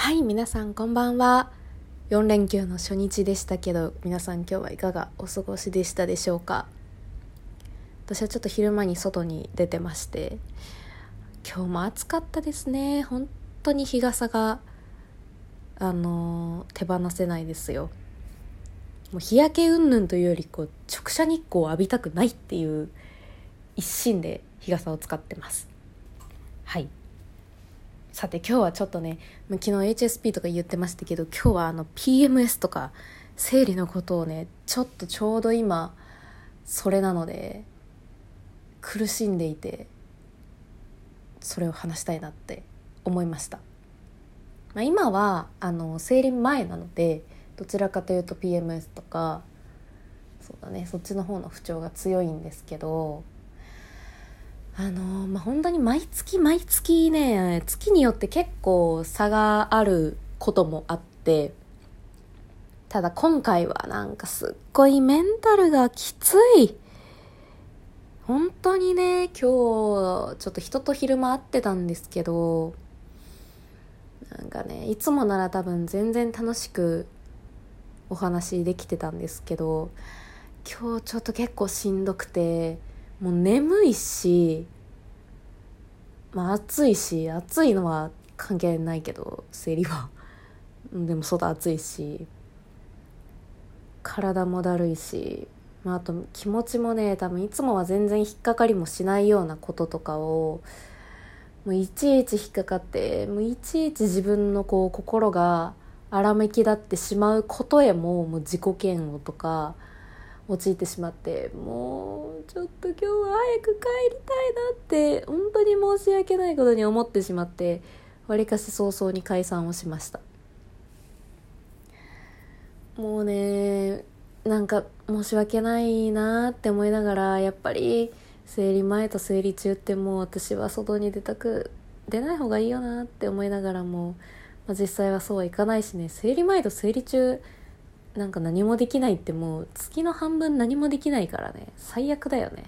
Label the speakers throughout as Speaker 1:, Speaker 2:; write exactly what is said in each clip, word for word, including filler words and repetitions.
Speaker 1: はい、皆さんこんばんは。よん連休の初日でしたけど、皆さん今日はいかがお過ごしでしたでしょうか。私はちょっと昼間に外に出てまして、今日も暑かったですね。本当に日傘があのー手放せないですよ。もう日焼け云々というよりこう直射日光を浴びたくないっていう一心で日傘を使ってます。はい。さて今日はちょっとね、昨日 エイチエスピー とか言ってましたけど、今日はあの ピーエムエス とか生理のことをね、ちょっとちょうど今それなので苦しんでいて、それを話したいなって思いました。まあ、今はあの生理前なので、どちらかというと ピーエムエス とかそうだね、そっちの方の不調が強いんですけど、あのまあ、本当に毎月毎月ね、月によって結構差があることもあって、ただ今回はなんかすっごいメンタルがきつい。本当にね、今日ちょっと人と昼間会ってたんですけど、なんかね、いつもなら多分全然楽しくお話できてたんですけど、今日ちょっと結構しんどくて、もう眠いし、まあ暑いし、暑いのは関係ないけど、生理はでも外暑いし、体もだるいし、まあ、あと気持ちもね、多分いつもは全然引っかかりもしないようなこととかをもういちいち引っかかって、もういちいち自分のこう心が荒めき立ってしまうことへももう自己嫌悪とか陥ってしまって、もうちょっと今日は早く帰りたいなって本当に申し訳ないことに思ってしまって、わりかし早々に解散をしました。もうね、なんか申し訳ないなって思いながら、やっぱり生理前と生理中ってもう私は外に出たく出ない方がいいよなって思いながらも、まあ、実際はそうはいかないしね。生理前と生理中なんか何もできないって、もう月の半分何もできないからね、最悪だよね。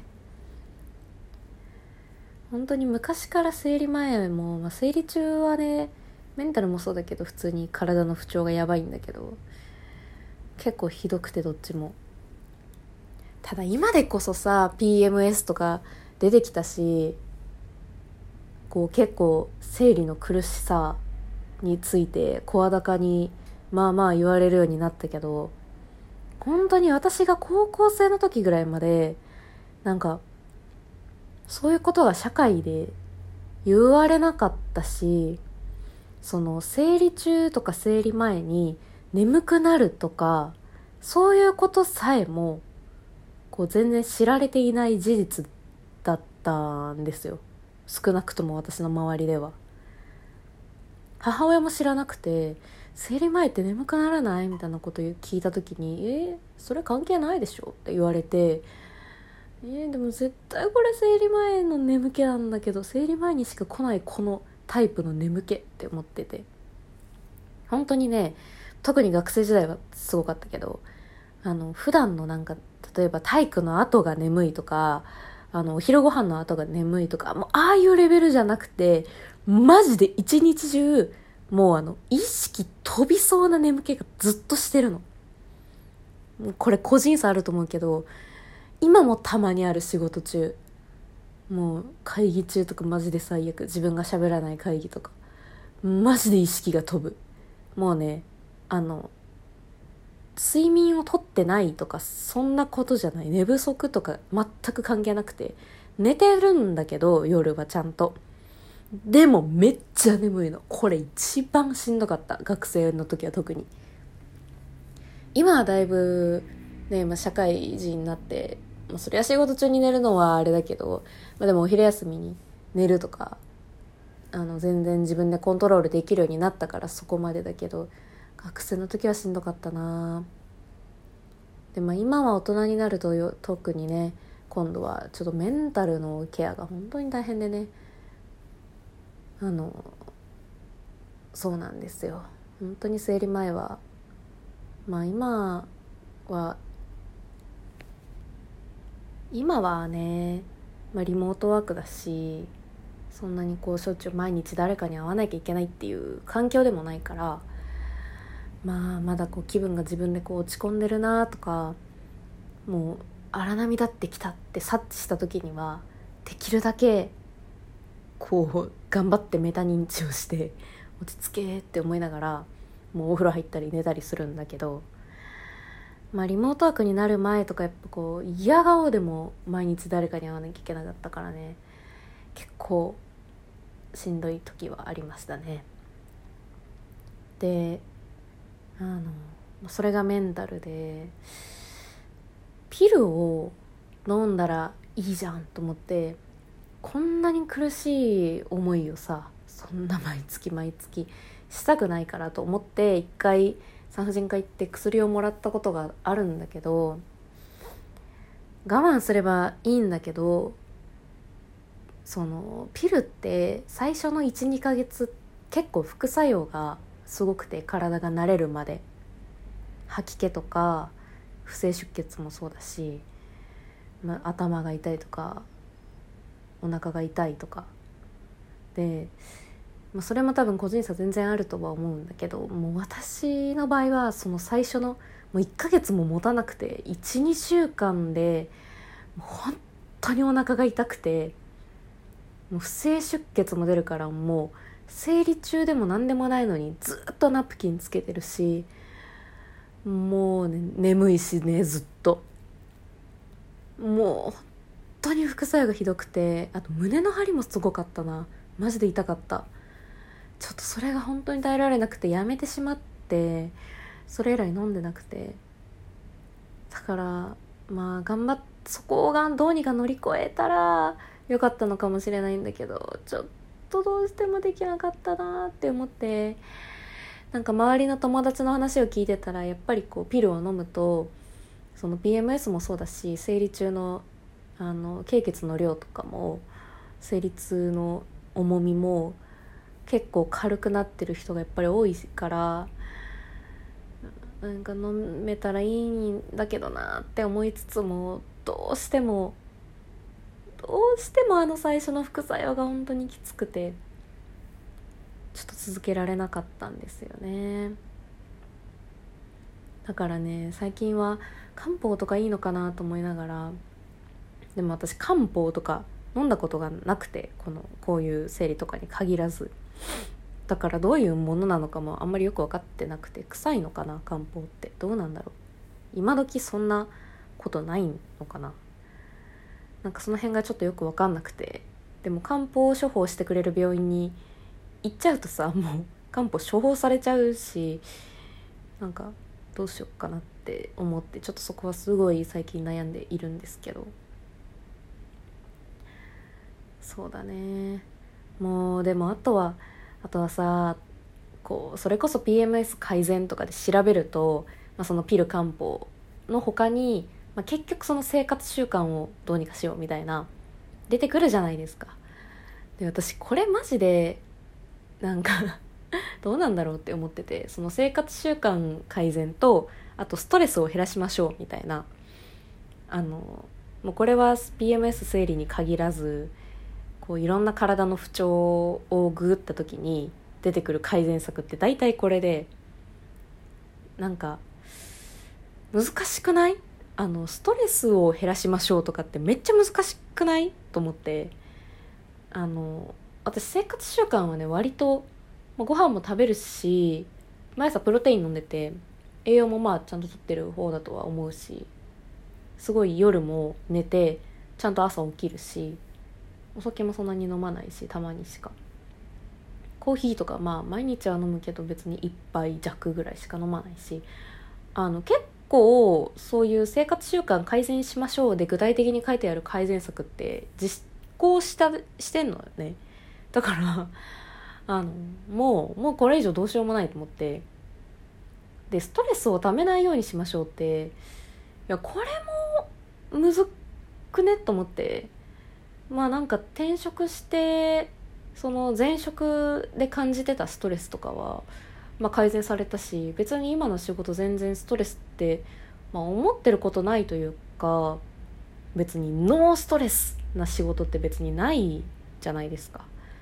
Speaker 1: 本当に昔から生理前も、まあ、生理中はね、メンタルもそうだけど普通に体の不調がやばいんだけど、結構ひどくてどっちも。ただ今でこそさ ピーエムエス とか出てきたし、こう結構生理の苦しさについて声高にまあまあ言われるようになったけど、本当に私が高校生の時ぐらいまでなんかそういうことが社会で言われなかったし、その生理中とか生理前に眠くなるとかそういうことさえもこう全然知られていない事実だったんですよ。少なくとも私の周りでは。母親も知らなくて、生理前って眠くならないみたいなことを聞いた時に、えー、それ関係ないでしょって言われて、えー、でも絶対これ生理前の眠気なんだけど、生理前にしか来ないこのタイプの眠気って思ってて、本当にね、特に学生時代はすごかったけど、あの普段のなんか例えば体育の後が眠いとか、あのお昼ご飯の後が眠いとか、もうああいうレベルじゃなくて、マジで一日中もうあの意識飛びそうな眠気がずっとしてるの。これ個人差あると思うけど、今もたまにある。仕事中、もう会議中とかマジで最悪。自分が喋らない会議とかマジで意識が飛ぶ。もうね、あの睡眠をとってないとかそんなことじゃない。寝不足とか全く関係なくて、寝てるんだけど夜はちゃんと、でもめっちゃ眠いの。これ一番しんどかった。学生の時は特に。今はだいぶね、まあ、社会人になって、まあ、そりゃ仕事中に寝るのはあれだけど、まあ、でもお昼休みに寝るとか、あの全然自分でコントロールできるようになったからそこまでだけど、学生の時はしんどかったな。で、まあ、今は大人になるとよ特にね、今度はちょっとメンタルのケアが本当に大変でね、あのそうなんですよ。本当に生理前は、まあ今は今はね、まあ、リモートワークだし、 そんなにこうしょっちゅう毎日誰かに会わなきゃいけないっていう環境でもないから、まあまだこう気分が自分でこう落ち込んでるなとか、もう荒波立ってきたって察知した時にはできるだけこう頑張ってメタ認知をして落ち着けって思いながらもうお風呂入ったり寝たりするんだけど、まあリモートワークになる前とかやっぱこう嫌顔でも毎日誰かに会わなきゃいけなかったからね、結構しんどい時はありましたね。で、あのそれがメンタルで、ピルを飲んだらいいじゃんと思って、こんなに苦しい思いをさ、そんな毎月毎月したくないからと思って一回産婦人科行って薬をもらったことがあるんだけど、我慢すればいいんだけど、そのピルって最初の いち,に ヶ月結構副作用がすごくて、体が慣れるまで吐き気とか不正出血もそうだし、まあ、頭が痛いとかお腹が痛いとかで、まあ、それも多分個人差全然あるとは思うんだけど、もう私の場合はその最初のもういっかげつも持たなくて いち,に 週間でもう本当にお腹が痛くて、もう不正出血も出るから、もう生理中でも何でもないのにずっとナプキンつけてるし、もうね眠いしね、ずっともう本当に副作用がひどくて、あと胸の張りもすごかったな、マジで痛かった。ちょっとそれが本当に耐えられなくてやめてしまって、それ以来飲んでなくて、だからまあ頑張ってそこがどうにか乗り越えたらよかったのかもしれないんだけど、ちょっとどうしてもできなかったなって思って、なんか周りの友達の話を聞いてたら、やっぱりこうピルを飲むとその ピーエムエス もそうだし、生理中のあの経血の量とかも生理痛の重みも結構軽くなってる人がやっぱり多いから、なんか飲めたらいいんだけどなって思いつつも、どうしてもどうしてもあの最初の副作用が本当にきつくて、ちょっと続けられなかったんですよね。だからね、最近は漢方とかいいのかなと思いながら、でも私漢方とか飲んだことがなくて、このこういう生理とかに限らず、だからどういうものなのかもあんまりよく分かってなくて、臭いのかな漢方って、どうなんだろう、今時そんなことないのかな、なんかその辺がちょっとよく分かんなくて。でも漢方処方してくれる病院に行っちゃうとさ、もう漢方処方されちゃうし、なんかどうしようかなって思って、ちょっとそこはすごい最近悩んでいるんですけど。そうだね、もうでもあとはあとはさ、こうそれこそ ピーエムエス 改善とかで調べると、まあ、そのピル漢方の他に、まあ、結局その生活習慣をどうにかしようみたいな出てくるじゃないですか。で、私これマジでなんかどうなんだろうって思ってて、その生活習慣改善と、あとストレスを減らしましょうみたいな、あのもうこれは ピーエムエス 生理に限らず、こういろんな体の不調をググった時に出てくる改善策って大体これで、なんか難しくない？あのストレスを減らしましょうとかってめっちゃ難しくないと思って、あの私生活習慣はね割とご飯も食べるし、毎朝プロテイン飲んでて栄養もまあちゃんととってる方だとは思うし、すごい夜も寝てちゃんと朝起きるし、お酒もそんなに飲まないし、たまにしか。コーヒーとかまあ毎日は飲むけど別にいっぱい弱ぐらいしか飲まないし、あの結構そういう生活習慣改善しましょうで具体的に書いてある改善策って実行したしてんのよね。だからあのもうもうこれ以上どうしようもないと思って、でストレスをためないようにしましょうって、いやこれもむずくねと思って、まあなんか転職してその前職で感じてたストレスとかは、まあ、改善されたし、別に今の仕事全然ストレスって、まあ、思ってることないというか、別にノーストレスな仕事って別にないじゃないですか。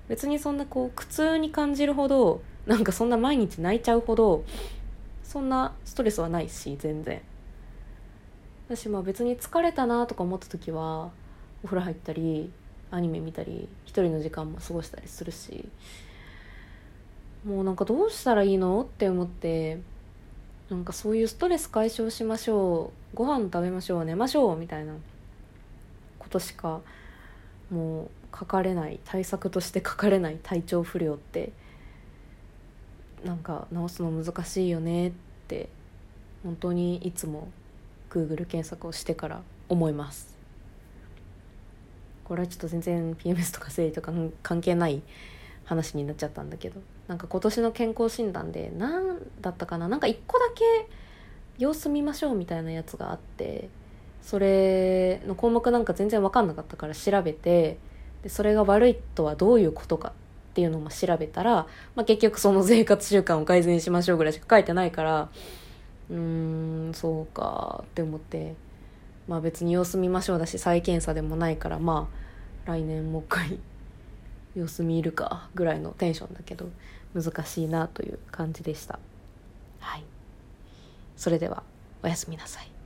Speaker 1: 別にそんなこう苦痛に感じるほど、なんかそんな毎日泣いちゃうほどそんなストレスはないし、全然。私まあ別に疲れたなとか思った時はお風呂入ったりアニメ見たり一人の時間も過ごしたりするし、もうなんかどうしたらいいのって思って、なんかそういうストレス解消しましょう、ご飯食べましょう、寝ましょうみたいなことしかもう書かれない、対策として書かれない体調不良って、なんか治すの難しいよねって本当にいつも Google 検索をしてから思います。これはちょっと全然 ピーエムエス とか生理とか関係ない話になっちゃったんだけど、なんか今年の健康診断で何だったかな、なんか一個だけ様子見ましょうみたいなやつがあって、それの項目なんか全然分かんなかったから調べて、でそれが悪いとはどういうことかっていうのも調べたら、まあ、結局その生活習慣を改善しましょうぐらいしか書いてないから、うーんそうかって思って、まあ別に様子見ましょうだし再検査でもないから、まあ来年もう一回様子見るかぐらいのテンションだけど、難しいなという感じでした。はい、それではおやすみなさい。